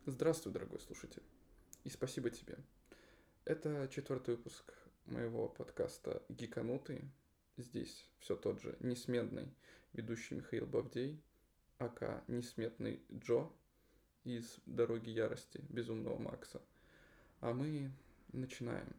Здравствуй, дорогой слушатель, и спасибо тебе. Это 4-й выпуск моего подкаста «Гиканутый». Здесь все тот же несменный ведущий Михаил Бавдей, ака несметный Джо из «Дороги ярости» Безумного Макса. А мы начинаем.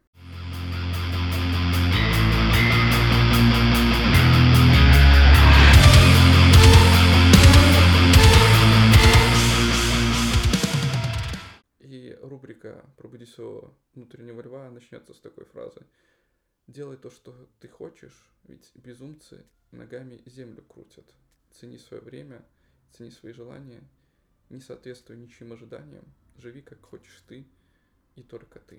И рубрика «Пробуди своего внутреннего льва» начнется с такой фразы: «Делай то, что ты хочешь, ведь безумцы ногами землю крутят. Цени свое время, цени свои желания, не соответствуй ничьим ожиданиям, живи как хочешь ты и только ты».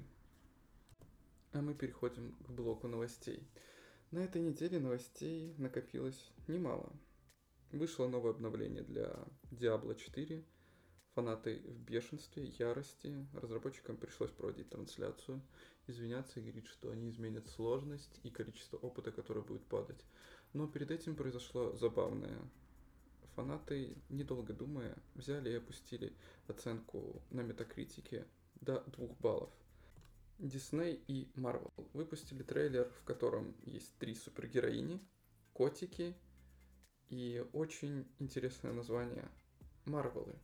А мы переходим к блоку новостей. На этой неделе новостей накопилось немало. Вышло новое обновление для Diablo 4. Фанаты в бешенстве, ярости. Разработчикам пришлось проводить трансляцию, извиняться и говорить, что они изменят сложность и количество опыта, которое будет падать. Но перед этим произошло забавное. Фанаты, недолго думая, взяли и опустили оценку на метакритике до 2 баллов. Дисней и Марвел выпустили трейлер, в котором есть 3 супергероини, котики и очень интересное название – Марвелы.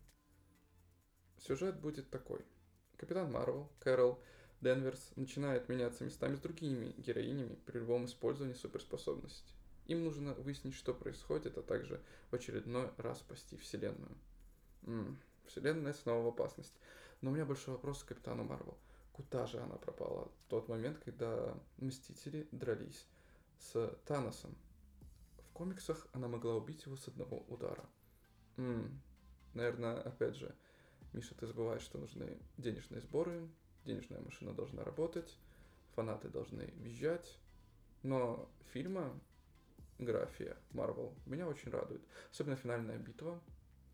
Сюжет будет такой. Капитан Марвел, Кэрол Денверс, начинает меняться местами с другими героинями при любом использовании суперспособности. Им нужно выяснить, что происходит, а также в очередной раз спасти Вселенную. Вселенная снова в опасности. Но у меня большой вопрос к Капитану Марвел. Куда же она пропала в тот момент, когда Мстители дрались с Таносом? В комиксах она могла убить его с одного удара. Наверное, опять же, Миша, ты забываешь, что нужны денежные сборы, денежная машина должна работать, фанаты должны визжать, но фильмография Marvel меня очень радует. Особенно финальная битва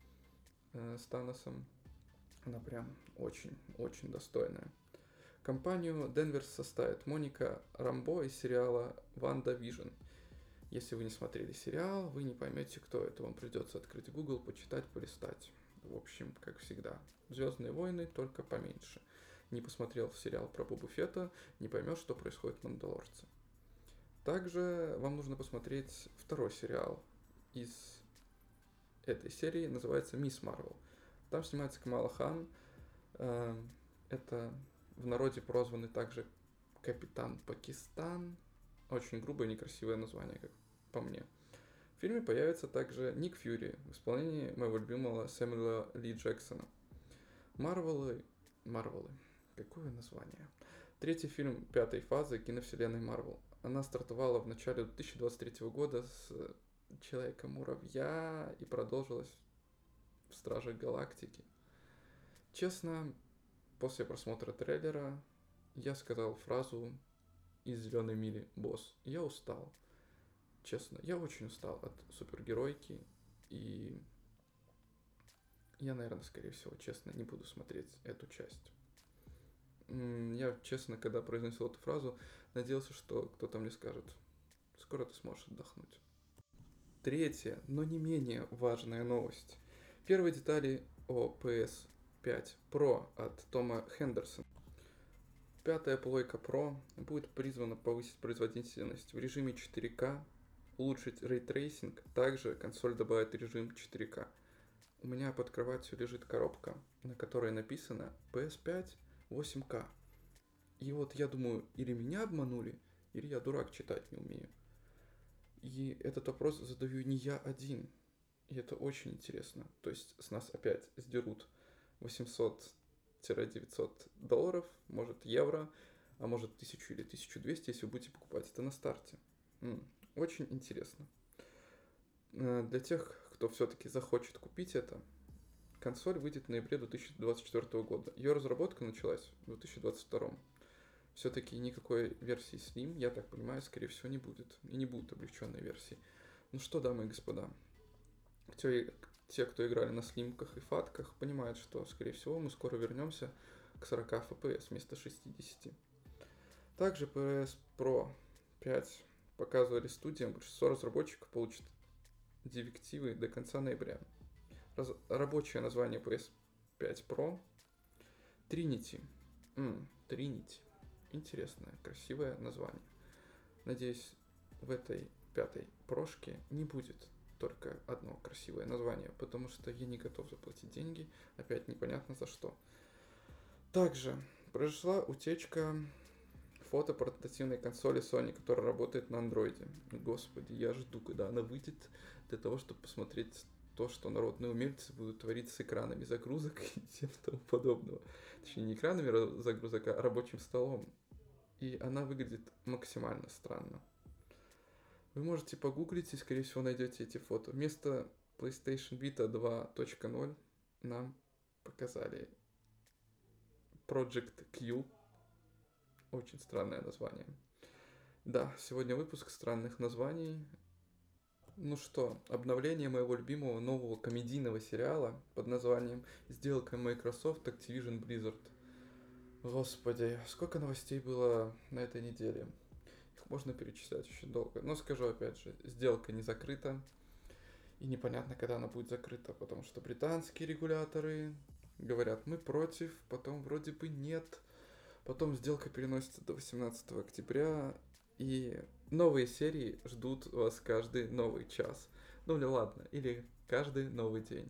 с Таносом, она прям очень достойная. Компанию Денверс составит Моника Рамбо из сериала «Ванда Вижн». Если вы не смотрели сериал, вы не поймете, кто это. Вам придется открыть Google, почитать, полистать. В общем, как всегда, «Звездные войны», только поменьше. Не посмотрел сериал про Бобу Фетта, не поймешь, что происходит в «Мандалорце». Также вам нужно посмотреть второй сериал из этой серии, называется «Мисс Марвел». Там снимается Камала Хан. Это в народе прозванный также Капитан Пакистан. Очень грубое и некрасивое название, как по мне. В фильме появится также Ник Фьюри в исполнении моего любимого Сэмюэла Ли Джексона. Марвелы. Какое название? Третий фильм пятой фазы киновселенной Марвел. Она стартовала в начале 2023 года с Человека-муравья и продолжилась в Стражах Галактики. Честно, после просмотра трейлера я сказал фразу из «Зеленой мили»: «Босс, я устал». Честно, я очень устал от супергеройки, и я, наверное, скорее всего, честно, не буду смотреть эту часть. Я, честно, когда произносил эту фразу, надеялся, что кто-то мне скажет: скоро ты сможешь отдохнуть. Третья, но не менее важная новость. Первые детали о PS5 Pro от Тома Хендерсона. Пятая плойка Pro будет призвана повысить производительность в режиме 4К, улучшить рейтрейсинг, также консоль добавит режим 4К. У меня под кроватью лежит коробка, на которой написано PS5 8К. И вот я думаю, или меня обманули, или я дурак, читать не умею. И этот вопрос задаю не я один. И это очень интересно. То есть с нас опять сдерут $800-900, может евро, а может 1000 или 1200, если вы будете покупать это на старте. Очень интересно. Для тех, кто все-таки захочет купить это, консоль выйдет в ноябре 2024 года. Ее разработка началась в 2022. Все-таки никакой версии Slim, я так понимаю, скорее всего не будет. И не будет облегченной версии. Ну что, дамы и господа, те, кто играли на слимках и фатках, понимают, что, скорее всего, мы скоро вернемся к 40 FPS вместо 60. Также PS Pro 5 показывали студиям, большинство разработчиков получат директивы до конца ноября. Рабочее название PS5 Pro Тринити. Тринити. Интересное, красивое название. Надеюсь, в этой пятой прошке не будет только одно красивое название, потому что я не готов заплатить деньги, опять непонятно за что. Также произошла утечка фото портативной консоли Sony, которая работает на андроиде. Господи, я жду, когда она выйдет, для того, чтобы посмотреть то, что народные умельцы будут творить с экранами загрузок и тем тому подобного. Точнее, не экранами загрузок, а рабочим столом. И она выглядит максимально странно. Вы можете погуглить и, скорее всего, найдете эти фото. Вместо PlayStation Vita 2.0 нам показали Project Q. Очень странное название. Да, сегодня выпуск странных названий. Ну что, обновление моего любимого нового комедийного сериала под названием «Сделка Microsoft Activision Blizzard». Господи, сколько новостей было на этой неделе. Их можно перечислять очень долго. Но скажу опять же, сделка не закрыта. И непонятно, когда она будет закрыта, потому что британские регуляторы говорят, мы против, потом вроде бы нет. Потом сделка переносится до 18 октября. И новые серии ждут вас каждый новый час. Ну или ладно, или каждый новый день.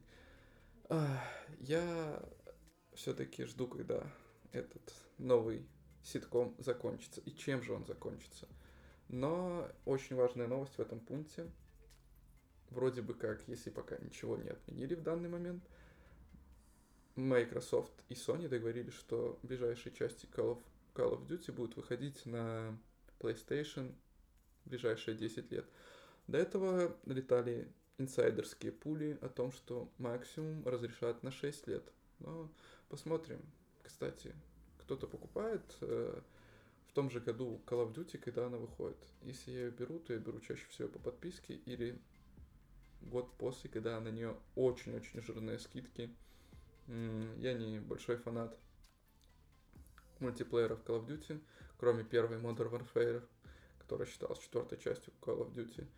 Я все-таки жду, когда этот новый ситком закончится. И чем же он закончится. Но очень важная новость в этом пункте. Вроде бы как, если пока ничего не отменили в данный момент, Microsoft и Sony договорились, что ближайшие части Call of Duty будут выходить на PlayStation в ближайшие 10 лет. До этого летали инсайдерские пули о том, что максимум разрешат на 6 лет. Но посмотрим. Кстати, кто-то покупает в том же году Call of Duty, когда она выходит. Если я ее беру, то я беру чаще всего по подписке или год после, когда на нее очень-очень жирные скидки. Я не большой фанат мультиплееров Call of Duty, кроме первой Modern Warfare, которая считалась четвертой частью Call of Duty.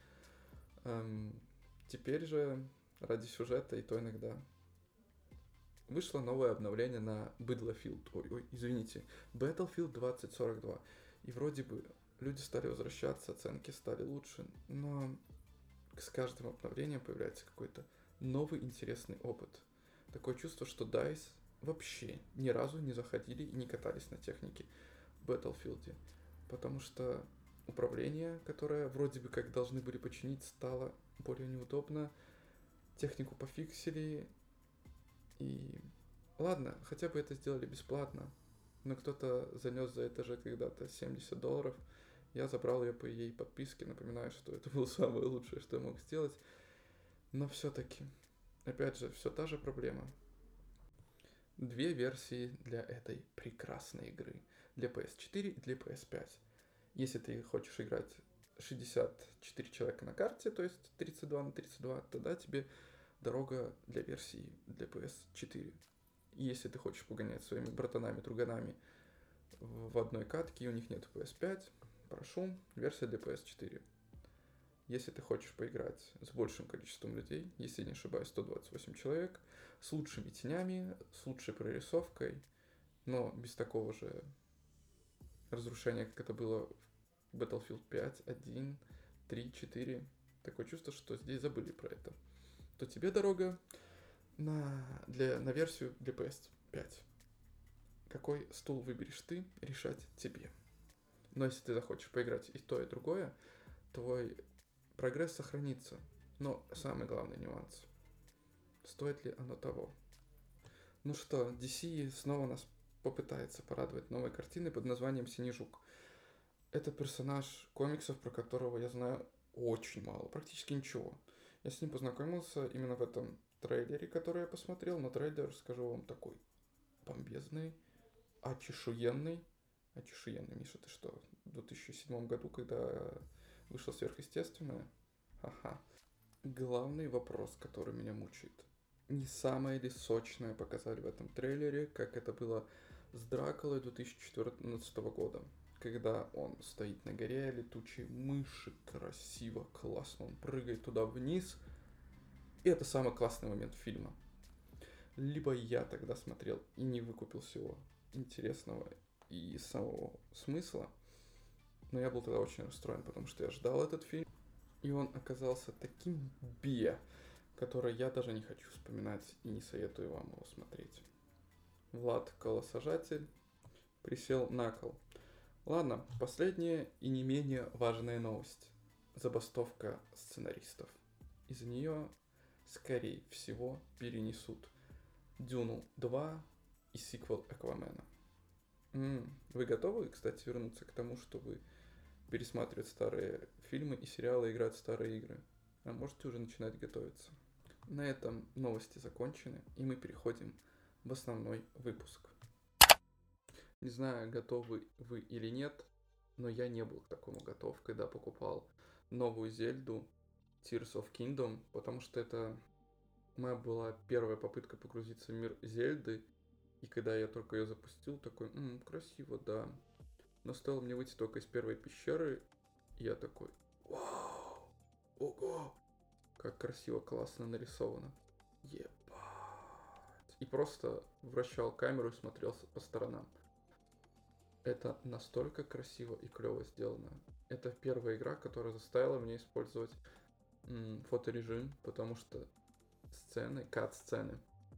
Теперь же ради сюжета и то иногда вышло новое обновление на Battlefield 2042. И вроде бы люди стали возвращаться, оценки стали лучше, но с каждым обновлением появляется какой-то новый интересный опыт. Такое чувство, что DICE вообще ни разу не заходили и не катались на технике в Battlefield, потому что управление, которое вроде бы как должны были починить, стало более неудобно, технику пофиксили, и ладно, хотя бы это сделали бесплатно, но кто-то занес за это же когда-то $70. Я забрал ее по ей подписке, напоминаю, что это было самое лучшее, что я мог сделать. Но все-таки, опять же, все та же проблема. Две версии для этой прекрасной игры. Для PS4 и для PS5. Если ты хочешь играть 64 человека на карте, то есть 32 на 32, тогда тебе дорога для версии для PS4. И если ты хочешь погонять своими братанами-друганами в одной катке, и у них нет PS5, прошу, версия для PS4. Если ты хочешь поиграть с большим количеством людей, если не ошибаюсь, 128 человек, с лучшими тенями, с лучшей прорисовкой, но без такого же разрушения, как это было в Battlefield 5, 1, 3, 4. Такое чувство, что здесь забыли про это. То тебе дорога на версию для PS5. Какой стул выберешь ты, решать тебе. Но если ты захочешь поиграть и то, и другое, твой прогресс сохранится. Но самый главный нюанс. Стоит ли оно того? Ну что, DC снова нас попытается порадовать новой картиной под названием Синий Жук. Это персонаж комиксов, про которого я знаю очень мало, практически ничего. Я с ним познакомился именно в этом трейлере, который я посмотрел, но трейлер, скажу вам, такой бомбезный, очешуенный. Очешуенный, Миша, ты что? В 2007 году, когда вышло «Сверхъестественное»? Ага. Главный вопрос, который меня мучает. Не самое ли сочное показали в этом трейлере, как это было с Дракулой 2014 года, когда он стоит на горе летучей мыши, красиво, классно, он прыгает туда вниз, и это самый классный момент фильма. Либо я тогда смотрел и не выкупил всего, интересного и самого смысла. Но я был тогда очень расстроен, потому что я ждал этот фильм, и он оказался таким который я даже не хочу вспоминать и не советую вам его смотреть. Влад Колосожатель присел на кол. Ладно, последняя и не менее важная новость. Забастовка сценаристов. Из-за нее, скорее всего, перенесут Дюну 2 и сиквел Аквамена. Вы готовы, кстати, вернуться к тому, чтобы пересматривать старые фильмы и сериалы, играть в старые игры? А можете уже начинать готовиться. На этом новости закончены, и мы переходим в основной выпуск. Не знаю, готовы вы или нет, но я не был к такому готов, когда покупал новую Зельду Tears of Kingdom, потому что это моя была первая попытка погрузиться в мир Зельды, и когда я только ее запустил, такой, красиво, да. Но стоило мне выйти только из первой пещеры, и я такой, вау, ого, как красиво, классно нарисовано. Ебать. И просто вращал камеру и смотрел по сторонам. Это настолько красиво и клево сделано. Это первая игра, которая заставила меня использовать фоторежим, потому что кат-сцены.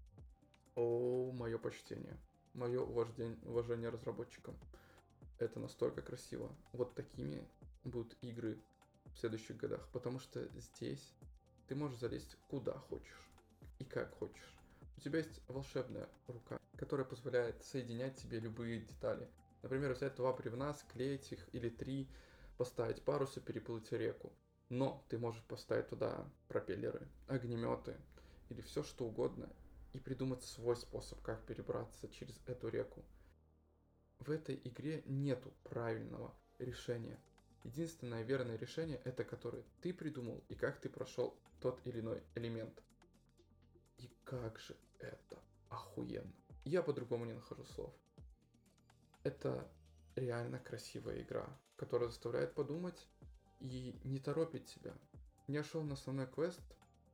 О, мое почтение. Мое уважение разработчикам. Это настолько красиво. Вот такими будут игры в следующих годах. Потому что здесь ты можешь залезть куда хочешь и как хочешь. У тебя есть волшебная рука, которая позволяет соединять тебе любые детали. Например, взять 2 бревна, склеить их, или 3, поставить парус и переплыть реку. Но ты можешь поставить туда пропеллеры, огнеметы или все что угодно и придумать свой способ, как перебраться через эту реку. В этой игре нету правильного решения. Единственное верное решение — это которое ты придумал и как ты прошел тот или иной элемент. И как же это охуенно. Я по-другому не нахожу слов. Это реально красивая игра, которая заставляет подумать и не торопит тебя. Я шел на основной квест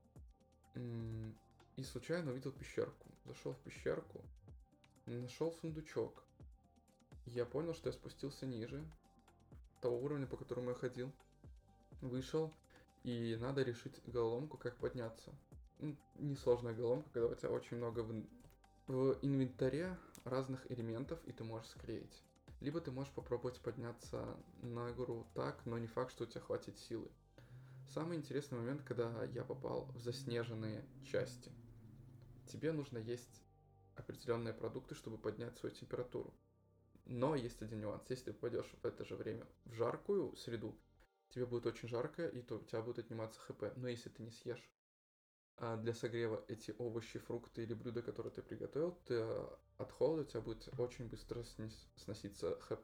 и случайно увидел пещерку. Зашел в пещерку, нашел сундучок. Я понял, что я спустился ниже того уровня, по которому я ходил. Вышел, и надо решить головоломку, как подняться. Несложная головоломка, когда у тебя очень много в инвентаре разных элементов, и ты можешь склеить. Либо ты можешь попробовать подняться на гору так, но не факт, что у тебя хватит силы. Самый интересный момент, когда я попал в заснеженные части. Тебе нужно есть определенные продукты, чтобы поднять свою температуру. Но есть один нюанс. Если ты попадешь в это же время в жаркую среду, тебе будет очень жарко, и то у тебя будет отниматься хп. Но если ты не съешь для согрева эти овощи, фрукты или блюда, которые ты приготовил, от холода у тебя будет очень быстро сноситься хп.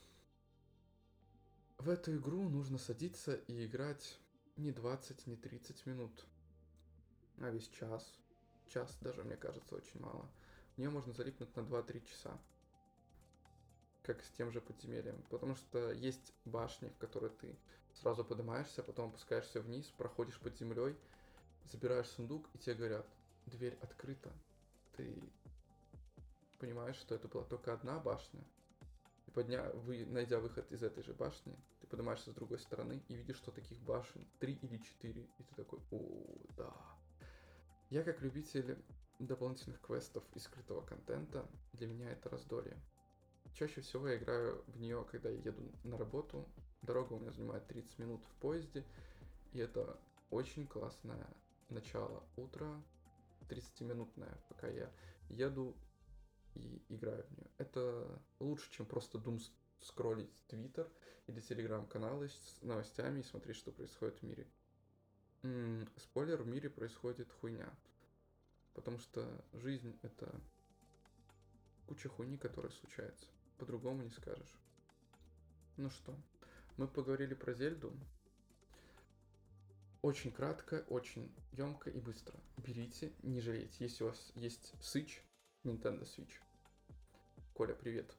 В эту игру нужно садиться и играть не 20, не 30 минут, а весь час. Час даже, мне кажется, очень мало. В нее можно залипнуть на 2-3 часа. Как с тем же подземельем. Потому что есть башни, в которые ты сразу поднимаешься, потом опускаешься вниз, проходишь под землей, забираешь сундук, и тебе говорят, дверь открыта. Ты понимаешь, что это была только одна башня. И найдя выход из этой же башни, ты поднимаешься с другой стороны и видишь, что таких башен 3 или 4. И ты такой, о, да. Я как любитель дополнительных квестов и скрытого контента, для меня это раздолье. Чаще всего я играю в нее, когда я еду на работу. Дорога у меня занимает 30 минут в поезде. И это очень классное начало утра, 30-минутное, пока я еду и играю в нее. Это лучше, чем просто скроллить Твиттер или Телеграм-каналы с новостями и смотреть, что происходит в мире. Спойлер, в мире происходит хуйня. Потому что жизнь — это куча хуйни, которая случается. По-другому не скажешь. Ну что, мы поговорили про Зельду. Очень кратко, очень емко и быстро. Берите, не жалейте. Если у вас есть Switch, Nintendo Switch, Коля, привет,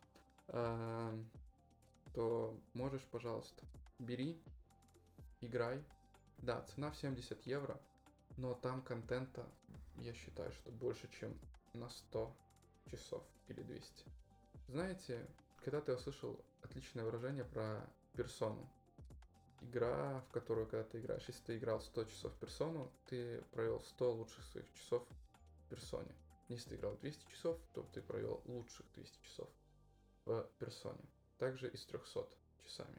то можешь, пожалуйста, бери, играй. Да, цена в 70 евро, но там контента, я считаю, что больше, чем на 100 часов или 200. Знаете, когда-то я услышал отличное выражение про персону. Игра, в которую, когда ты играешь, если ты играл 100 часов в персону, ты провел 100 лучших своих часов в персоне. Если ты играл 200 часов, то ты провел лучших 200 часов в персоне. Также и с 300 часами.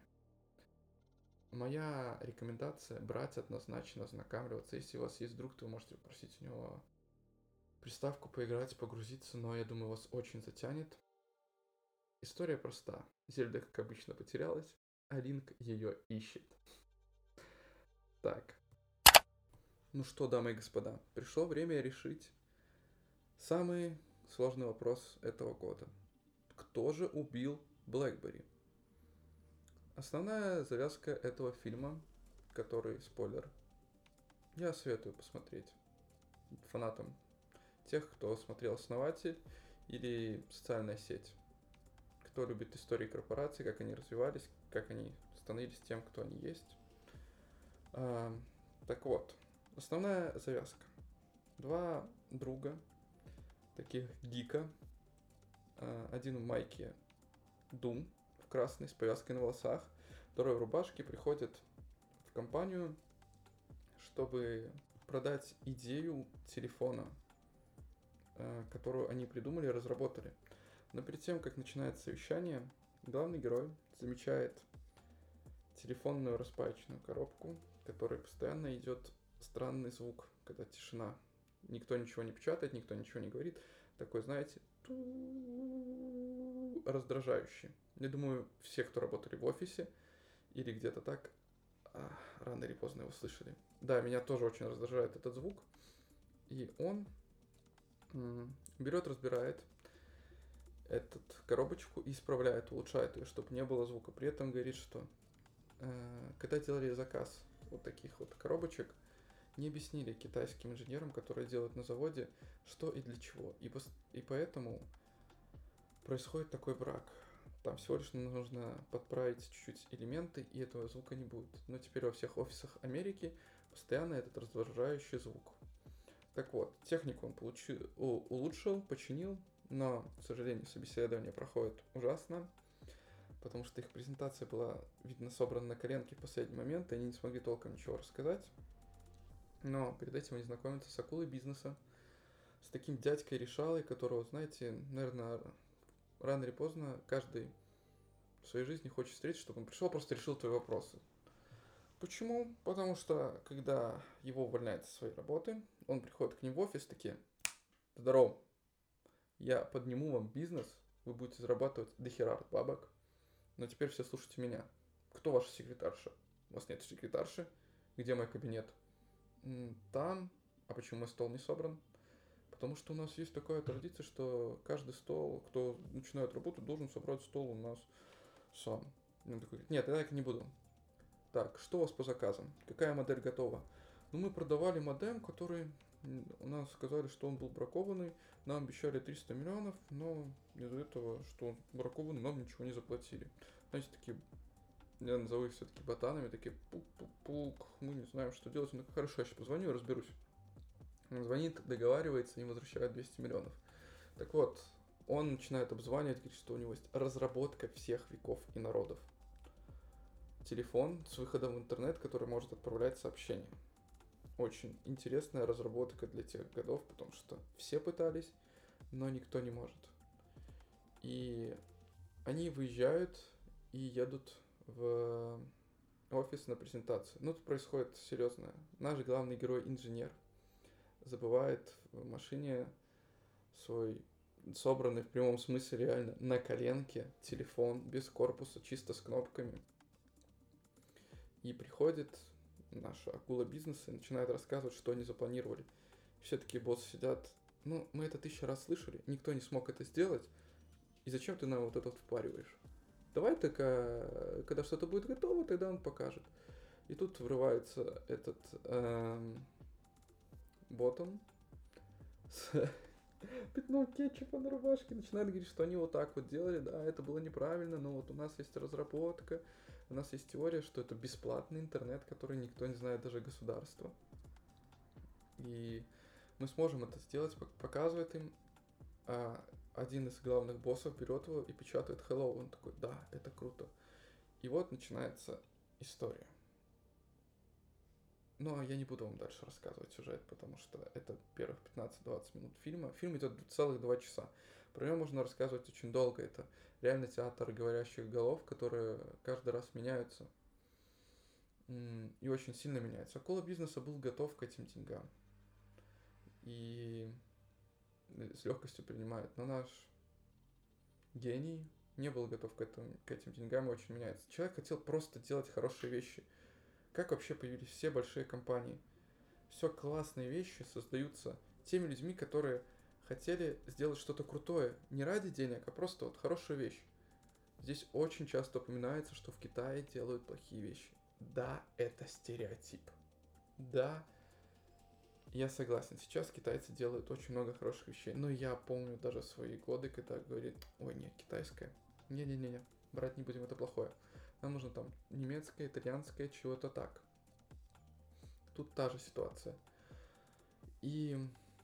Моя рекомендация брать однозначно, ознакомливаться. Если у вас есть друг, то вы можете попросить у него приставку поиграть, погрузиться, но я думаю, вас очень затянет. История проста. Зельда, как обычно, потерялась, а Линк ее ищет. Так, ну что, дамы и господа, пришло время решить самый сложный вопрос этого года. Кто же убил Блэкбери? Основная завязка этого фильма, который, спойлер, я советую посмотреть фанатам тех, кто смотрел «Основатель» или «Социальная сеть». Кто любит истории корпораций, как они развивались, как они становились тем, кто они есть. Так вот, основная завязка. Два друга, таких гика, один в майке Doom, в красной, с повязкой на волосах, второй в рубашке, приходит в компанию, чтобы продать идею телефона, которую они придумали и разработали. Но перед тем, как начинается совещание, главный герой замечает телефонную распаечную коробку, в которой постоянно идет странный звук, когда тишина. Никто ничего не печатает, никто ничего не говорит. Такой, знаете, раздражающий. Я думаю, все, кто работали в офисе или где-то так, рано или поздно его слышали. Да, меня тоже очень раздражает этот звук. И он берет, разбирает эту коробочку и исправляет, улучшает ее, чтобы не было звука. При этом говорит, что когда делали заказ вот таких вот коробочек, не объяснили китайским инженерам, которые делают на заводе, что и для чего. И поэтому происходит такой брак. Там всего лишь нужно подправить чуть-чуть элементы, и этого звука не будет. Но теперь во всех офисах Америки постоянно этот раздражающий звук. Так вот, технику он улучшил, починил, но, к сожалению, собеседование проходит ужасно, потому что их презентация была, видно, собрана на коленке в последний момент, и они не смогли толком ничего рассказать. Но перед этим они знакомятся с акулой бизнеса, с таким дядькой-решалой, которого, знаете, наверное, рано или поздно каждый в своей жизни хочет встретить, чтобы он пришел, просто решил твои вопросы. Почему? Потому что, когда его увольняют со своей работы, он приходит к ним в офис, такие: здорово, я подниму вам бизнес, вы будете зарабатывать дохера бабок, но теперь все слушайте меня. Кто ваша секретарша? У вас нет секретарши? Где мой кабинет? Там. А почему мой стол не собран? Потому что у нас есть такая традиция, что каждый стол, кто начинает работу, должен собрать стол у нас сам. Он такой: нет, я так не буду. Так, что у вас по заказам? Какая модель готова? Ну, мы продавали модем, который у нас сказали, что он был бракованный. Нам обещали 300 миллионов, но из-за этого, что он бракованный, нам ничего не заплатили. Знаете, такие, я назову их все-таки ботанами, такие пук-пук-пук, мы не знаем, что делать. Ну, хорошо, я сейчас позвоню и разберусь. Он звонит, договаривается, им возвращают 200 миллионов. Так вот, он начинает обзванивать, говорит, что у него есть разработка всех веков и народов. Телефон с выходом в интернет, который может отправлять сообщения. Очень интересная разработка для тех годов, потому что все пытались, но никто не может. И они выезжают и едут в офис на презентацию. Ну, тут происходит серьезное. Наш главный герой, инженер, забывает в машине свой собранный в прямом смысле реально на коленке телефон без корпуса, чисто с кнопками. И приходит наша акула бизнеса и начинает рассказывать, что они запланировали. Все такие боссы сидят: ну, мы это 1000 раз слышали, никто не смог это сделать, и зачем ты нам вот это вот впариваешь? Давай только, когда что-то будет готово, тогда он покажет. И тут врывается этот Ботом с пятном кетчупа на рубашке, начинает говорить, что они вот так вот делали, да, это было неправильно, но вот у нас есть разработка, у нас есть теория, что это бесплатный интернет, который никто не знает, даже государство. И мы сможем это сделать, показывает им. один из главных боссов берет его и печатает hello. Он такой, да, это круто. И вот начинается история. Но я не буду вам дальше рассказывать сюжет, потому что это первых 15-20 минут фильма. Фильм идет целых 2 часа. Про него можно рассказывать очень долго. Это реально театр говорящих голов, которые каждый раз меняются. И очень сильно меняются. Акула бизнеса был готов к этим деньгам. И с легкостью принимает. Но наш гений не был готов к этим деньгам и очень меняется. Человек хотел просто делать хорошие вещи. Как вообще появились все большие компании? Все классные вещи создаются теми людьми, которые хотели сделать что-то крутое. Не ради денег, а просто вот хорошую вещь. Здесь очень часто упоминается, что в Китае делают плохие вещи. Да, это стереотип. Да, я согласен. Сейчас китайцы делают очень много хороших вещей. Но я помню даже свои годы, когда говорит, ой, нет, китайское. Не-не-не, брать не будем, это плохое. Нам нужно там немецкое, итальянское, чего-то так. Тут та же ситуация. И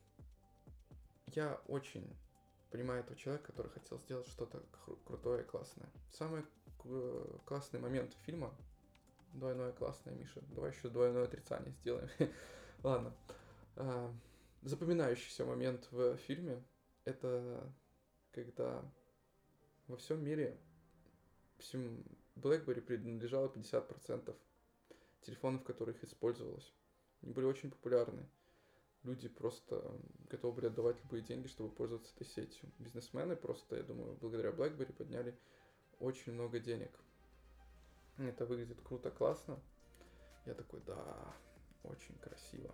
я очень понимаю этого человека, который хотел сделать что-то крутое и классное. Самый классный момент фильма, двойное классное, Миша, давай еще двойное отрицание сделаем. Ладно. Запоминающийся момент в фильме, это когда во всем мире всем BlackBerry принадлежало 50% телефонов, которых использовалось. Они были очень популярны. Люди просто готовы были отдавать любые деньги, чтобы пользоваться этой сетью. Бизнесмены просто, я думаю, благодаря BlackBerry подняли очень много денег. Это выглядит круто, классно. Я такой, да, очень красиво.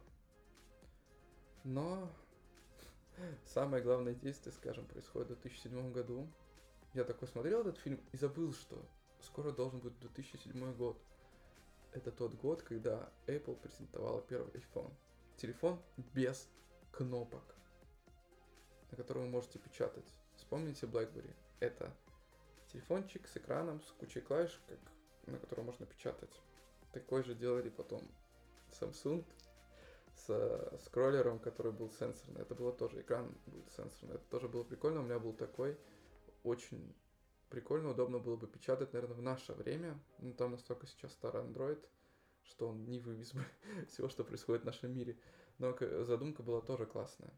Но самое главное действие, скажем, происходит в 2007 году. Я такой смотрел этот фильм и забыл, что скоро должен быть 2007 год. Это тот год, когда Apple презентовала первый iPhone. Телефон без кнопок, на котором вы можете печатать. Вспомните BlackBerry. Это телефончик с экраном, с кучей клавиш, на котором можно печатать. Такой же делали потом Samsung с скроллером, который был сенсорный. Это было тоже, экран был сенсорный. Это тоже было прикольно. У меня был такой. Очень прикольно, удобно было бы печатать, наверное, в наше время. Но там настолько сейчас старый Android, что он не вывез бы всего, что происходит в нашем мире. Но задумка была тоже классная.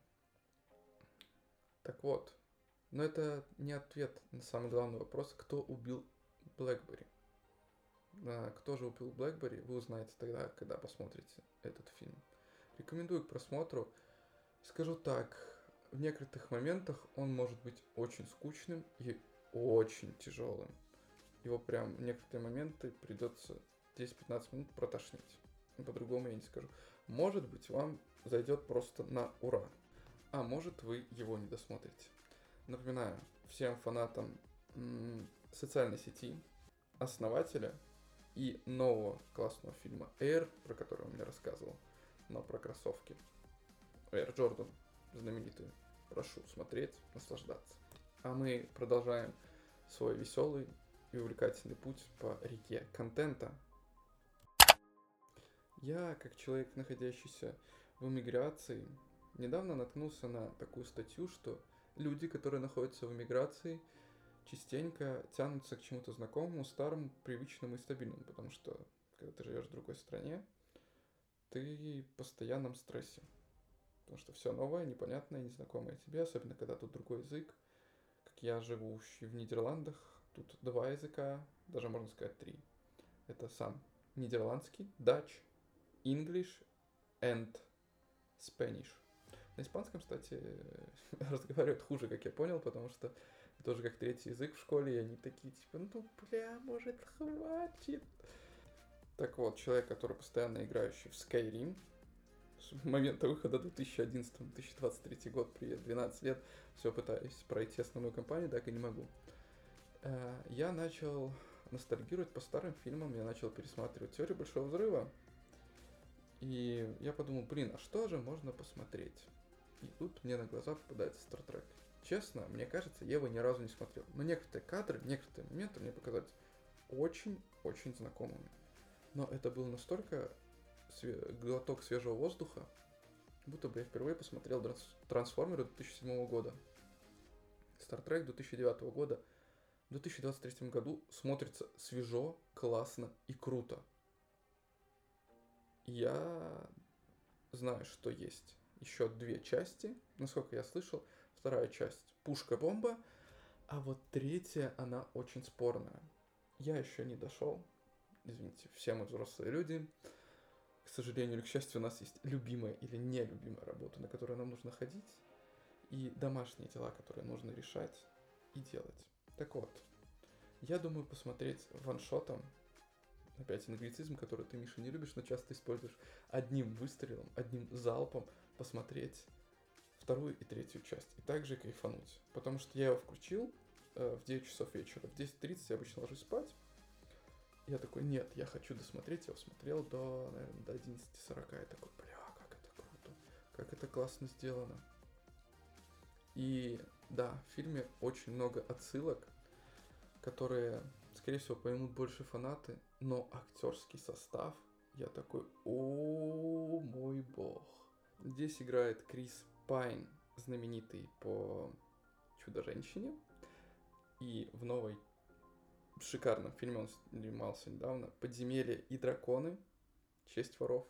Так вот, но это не ответ на самый главный вопрос, кто убил BlackBerry. Кто же убил BlackBerry, вы узнаете тогда, когда посмотрите этот фильм. Рекомендую к просмотру. Скажу так, в некоторых моментах он может быть очень скучным и очень тяжелым. Его прям в некоторые моменты придется 10-15 минут протошнить. По-другому я не скажу. Может быть, вам зайдет просто на ура. А может, вы его не досмотрите. Напоминаю всем фанатам социальной сети, основателя и нового классного фильма Air, про который он мне рассказывал, но про кроссовки. Air Jordan, знаменитые. Прошу смотреть, наслаждаться. А мы продолжаем свой веселый и увлекательный путь по реке контента. Я, как человек, находящийся в эмиграции, недавно наткнулся на такую статью, что люди, которые находятся в эмиграции, частенько тянутся к чему-то знакомому, старому, привычному и стабильному, потому что, когда ты живешь в другой стране, ты в постоянном стрессе. Потому что все новое, непонятное, незнакомое тебе, особенно когда тут другой язык. Как я, живущий в Нидерландах, тут 2 языка, даже можно сказать 3. Это сам нидерландский, Dutch, English and Spanish. На испанском, кстати, разговаривают хуже, как я понял, потому что это уже как 3-й язык в школе, и они такие, типа, ну, бля, может, хватит. Так вот, человек, который постоянно играющий в Skyrim, с момента выхода 2011-2023 год, при 12 лет, все пытаюсь пройти основную кампанию, так и не могу. Я начал ностальгировать по старым фильмам, я начал пересматривать «Теорию Большого Взрыва», и я подумал, блин, а что же можно посмотреть? И тут мне на глаза попадается Star Trek. Честно, мне кажется, я его ни разу не смотрел. Но некоторые кадры, некоторые моменты мне показались очень-очень знакомыми. Но это был настолько глоток свежего воздуха, будто бы я впервые посмотрел «Трансформеры» 2007 года. Star Trek 2009 года в 2023 году смотрится свежо, классно и круто. Я знаю, что есть еще 2 части, насколько я слышал. Вторая часть пушка-бомба, а вот третья, она очень спорная. Я еще не дошел. Извините, все мы взрослые люди. К сожалению или к счастью, у нас есть любимая или нелюбимая работа, на которую нам нужно ходить, и домашние дела, которые нужно решать и делать. Так вот, я думаю посмотреть ваншотом, опять англицизм, который ты, Миша, не любишь, но часто используешь, одним выстрелом, одним залпом посмотреть вторую и третью часть, и также кайфануть. Потому что я его включил в 9 часов вечера, в 10:30 я обычно ложусь спать. Я такой, нет, я хочу досмотреть, я его смотрел наверное, до 11:40, я такой, бля, как это круто, как это классно сделано. И да, в фильме очень много отсылок, которые, скорее всего, поймут больше фанаты, но актерский состав, я такой, о мой бог. Здесь играет Крис Пайн, знаменитый по Чудо-женщине, и в новой шикарном фильме он снимался недавно, «Подземелье и драконы. Честь воров».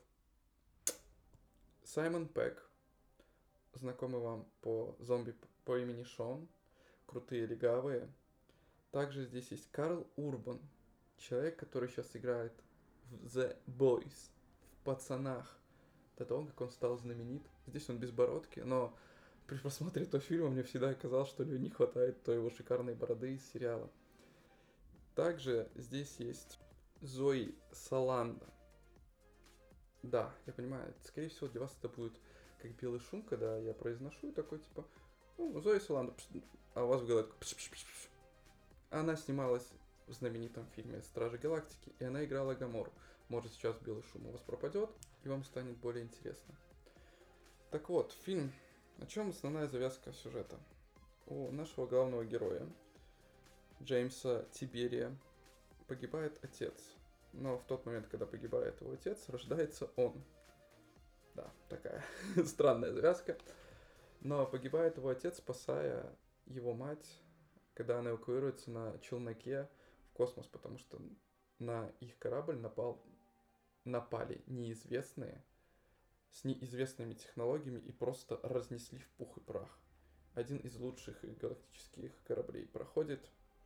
Саймон Пегг, знакомый вам по зомби по имени Шон, крутые легавые. Также здесь есть Карл Урбан, человек, который сейчас играет в The Boys, в «Пацанах», до того, как он стал знаменит. Здесь он без бородки, но при просмотре этого фильма мне всегда казалось, что не хватает той его шикарной бороды из сериала. Также здесь есть Зои Саланда. Да, я понимаю, скорее всего для вас это будет как белый шум, когда я произношу такой типа, Зои Саланда, а у вас в голове пш-пш-пш-пш. Она снималась в знаменитом фильме «Стражи Галактики», и она играла Гамору. Может, сейчас белый шум у вас пропадет, и вам станет более интересно. Так вот, фильм. О чем основная завязка сюжета? У нашего главного героя, Джеймса Тиберия, погибает отец. Но в тот момент, когда погибает его отец, рождается он. Да, такая странная завязка. Но погибает его отец, спасая его мать, когда она эвакуируется на челноке в космос, потому что на их корабль напали неизвестные с неизвестными технологиями и просто разнесли в пух и прах. Один из лучших галактических кораблей проходит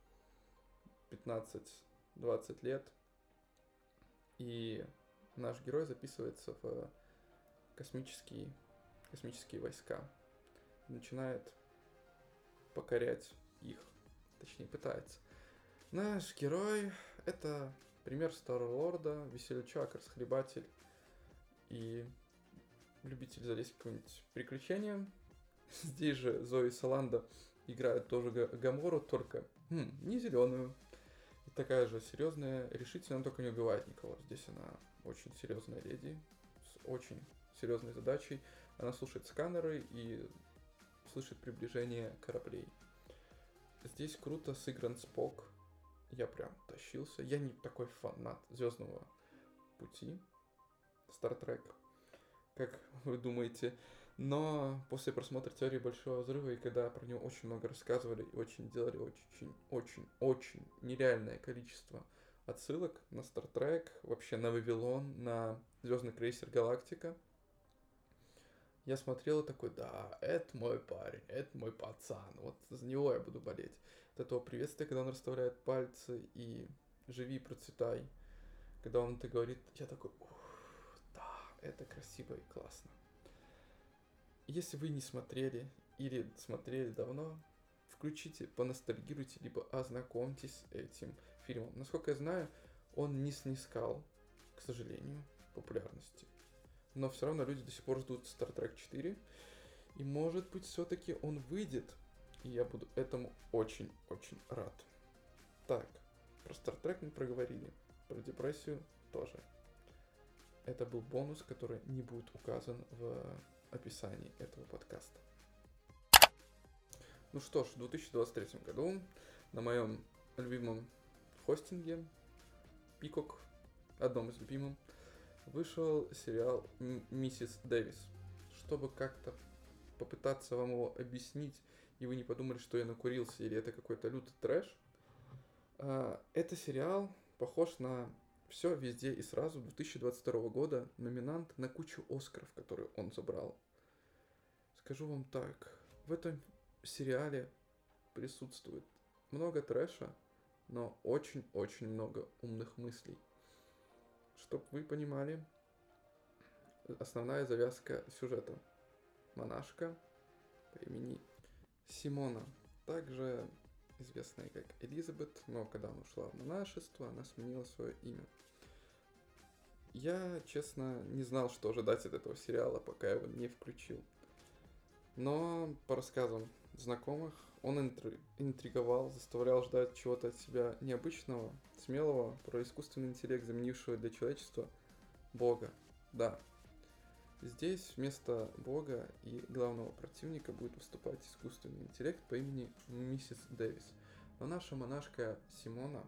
15-20 лет, и наш герой записывается в космические войска, начинает покорять их, точнее пытается. Наш герой — это пример Стар-Лорда, весельчак, расхлебатель и любитель залезть в какое-нибудь приключение. Здесь же Зои Саланда играет тоже Гамору, только не зеленую. И такая же серьезная, решительно, но только не убивает никого. Здесь она очень серьезная леди с очень серьезной задачей. Она слушает сканеры и слышит приближение кораблей. Здесь круто сыгран Спок. Я прям тащился. Я не такой фанат Звездного пути, Star Trek, как вы думаете. Но после просмотра «Теории Большого Взрыва», и когда про него очень много рассказывали и очень делали очень нереальное количество отсылок на Star Trek, вообще на Вавилон, на Звездный крейсер Галактика, я смотрел и такой, да, это мой парень, это мой пацан, вот за него я буду болеть. От этого приветствия, когда он расставляет пальцы, и живи, процветай, когда он это говорит, я такой, да, это красиво и классно. Если вы не смотрели или смотрели давно, включите, поностальгируйте, либо ознакомьтесь с этим фильмом. Насколько я знаю, он не снискал, к сожалению, популярности. Но все равно люди до сих пор ждут Star Trek 4. И может быть все-таки он выйдет. И я буду этому очень-очень рад. Так, про Star Trek мы проговорили. Про депрессию тоже. Это был бонус, который не будет указан в описании этого подкаста. Ну что ж, в 2023 году на моем любимом хостинге Peacock, одном из любимых, вышел сериал «Миссис Дэвис». Чтобы как-то попытаться вам его объяснить и вы не подумали, что я накурился или это какой-то лютый трэш. Это сериал похож на «Все везде и сразу» 2022 года, номинант на кучу Оскаров, которые он забрал. Скажу вам так, в этом сериале присутствует много трэша, но очень-очень много умных мыслей. Чтоб вы понимали, основная завязка сюжета. Монашка по имени Симона, также известная как Элизабет, но когда она ушла в монашество, она сменила свое имя. Я, честно, не знал, что ожидать от этого сериала, пока я его не включил. Но по рассказам знакомых, он интриговал, заставлял ждать чего-то от себя необычного, смелого, про искусственный интеллект, заменившего для человечества Бога. Да, здесь вместо Бога и главного противника будет выступать искусственный интеллект по имени Миссис Дэвис. Но наша монашка Симона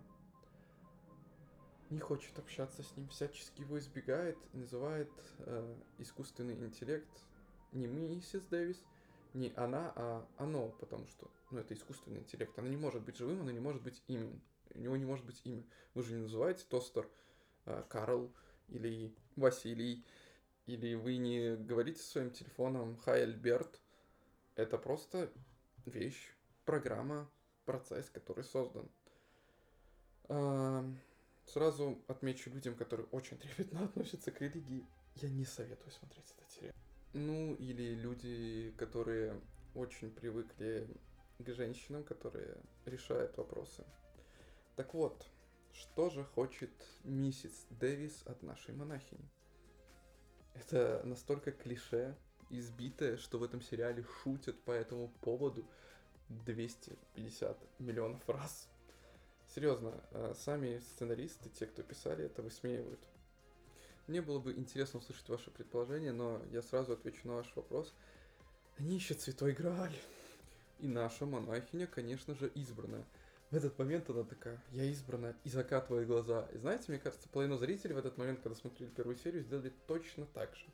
не хочет общаться с ним, всячески его избегает и называет искусственный интеллект не Миссис Дэвис, не она, а оно, потому что, это искусственный интеллект. Оно не может быть живым, оно не может быть имен. У него не может быть имя. Вы же не называете тостер Карл или Василий, или вы не говорите своим телефоном «Хай, Альберт». Это просто вещь, программа, процесс, который создан. Сразу отмечу людям, которые очень трепетно относятся к религии, я не советую смотреть этот сериал. Или люди, которые очень привыкли к женщинам, которые решают вопросы. Так вот, что же хочет миссис Дэвис от нашей монахини? Это настолько клише, избитое, что в этом сериале шутят по этому поводу 250 миллионов раз. Серьезно, сами сценаристы, те, кто писали это, высмеивают. Мне было бы интересно услышать ваше предположение, но я сразу отвечу на ваш вопрос. Они ищут Святой Грааль. И наша монахиня, конечно же, избранная. В этот момент она такая: я избрана, и закатывает глаза. И знаете, мне кажется, половину зрителей в этот момент, когда смотрели первую серию, сделали точно так же.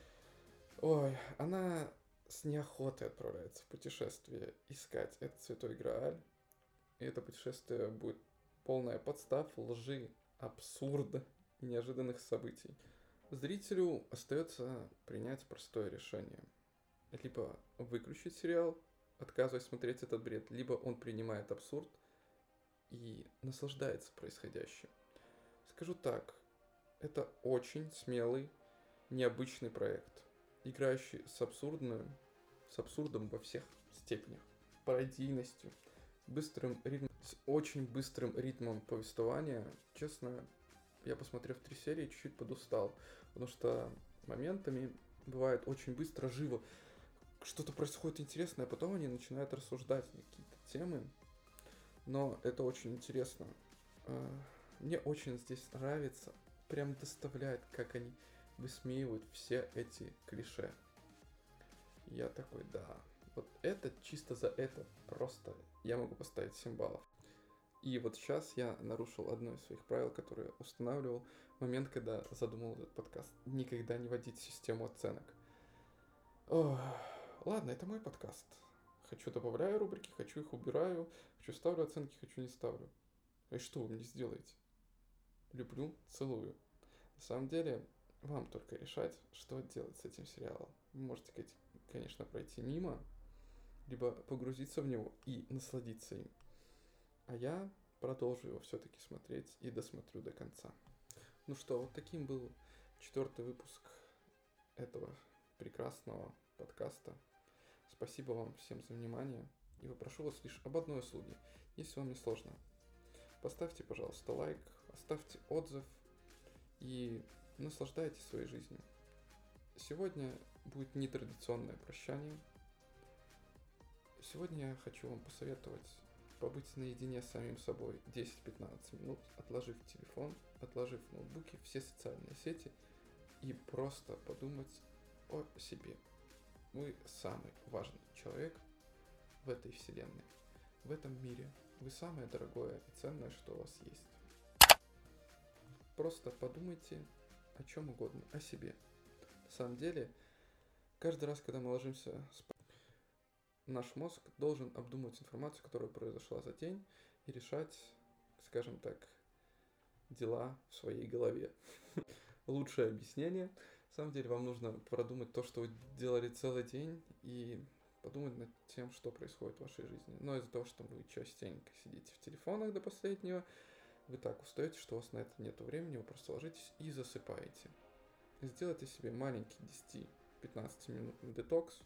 Ой, она с неохотой отправляется в путешествие искать этот Святой Грааль. И это путешествие будет полное подстав, лжи, абсурда и неожиданных событий. Зрителю остается принять простое решение. Либо выключить сериал, отказываясь смотреть этот бред, либо он принимает абсурд и наслаждается происходящим. Скажу так, это очень смелый, необычный проект, играющий с абсурдом во всех степенях, пародийностью, с очень быстрым ритмом повествования. Честно, я, посмотрев 3 серии, чуть-чуть подустал, потому что моментами бывает очень быстро, живо, что-то происходит интересное, а потом они начинают рассуждать на какие-то темы, но это очень интересно. Мне очень здесь нравится, прям доставляет, как они высмеивают все эти клише. Я такой, да, вот это чисто за это просто я могу поставить 7 баллов. И вот сейчас я нарушил одно из своих правил, которые устанавливал в момент, когда задумал этот подкаст. Никогда не вводить систему оценок. Ладно, это мой подкаст. Хочу добавляю рубрики, хочу их убираю, хочу ставлю оценки, хочу не ставлю. И что вы мне сделаете? Люблю, целую. На самом деле, вам только решать, что делать с этим сериалом. Вы можете, конечно, пройти мимо, либо погрузиться в него и насладиться им. А я продолжу его все-таки смотреть и досмотрю до конца. Ну что, вот таким был 4-й выпуск этого прекрасного подкаста. Спасибо вам всем за внимание. И попрошу вас лишь об одной услуге, если вам не сложно. Поставьте, пожалуйста, лайк, оставьте отзыв и наслаждайтесь своей жизнью. Сегодня будет нетрадиционное прощание. Сегодня я хочу вам посоветовать побыть наедине с самим собой 10-15 минут, отложив телефон, отложив в ноутбуке все социальные сети и просто подумать о себе. Вы самый важный человек в этой вселенной, в этом мире. Вы самое дорогое и ценное, что у вас есть. Просто подумайте о чем угодно, о себе. На самом деле, каждый раз, когда мы ложимся спать, наш мозг должен обдумывать информацию, которая произошла за день, и решать, скажем так, дела в своей голове. Лучшее объяснение. На самом деле вам нужно продумать то, что вы делали целый день, и подумать над тем, что происходит в вашей жизни. Но из-за того, что вы частенько сидите в телефонах до последнего, вы так устаете, что у вас на это нет времени, вы просто ложитесь и засыпаете. Сделайте себе маленький 10-15 минутный детокс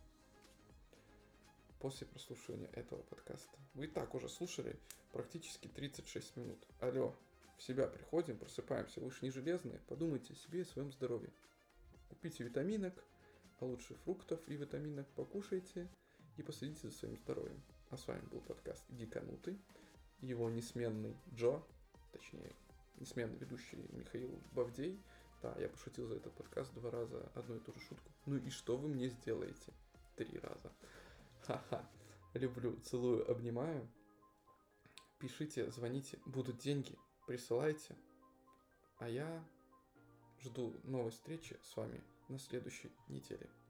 после прослушивания этого подкаста. Вы и так уже слушали практически 36 минут. Алло, в себя приходим, просыпаемся. Вы же не железные, подумайте о себе и о своем здоровье. Купите витаминок, а лучше фруктов и витаминок покушайте и последите за своим здоровьем. А с вами был подкаст «Гиканутый», его несменный Джо, точнее, несменный ведущий Михаил Бавдей. Да, я пошутил за этот подкаст 2 раза одну и ту же шутку. Ну и что вы мне сделаете? 3 раза. Ха-ха. Люблю, целую, обнимаю. Пишите, звоните, будут деньги, присылайте. А я жду новой встречи с вами на следующей неделе.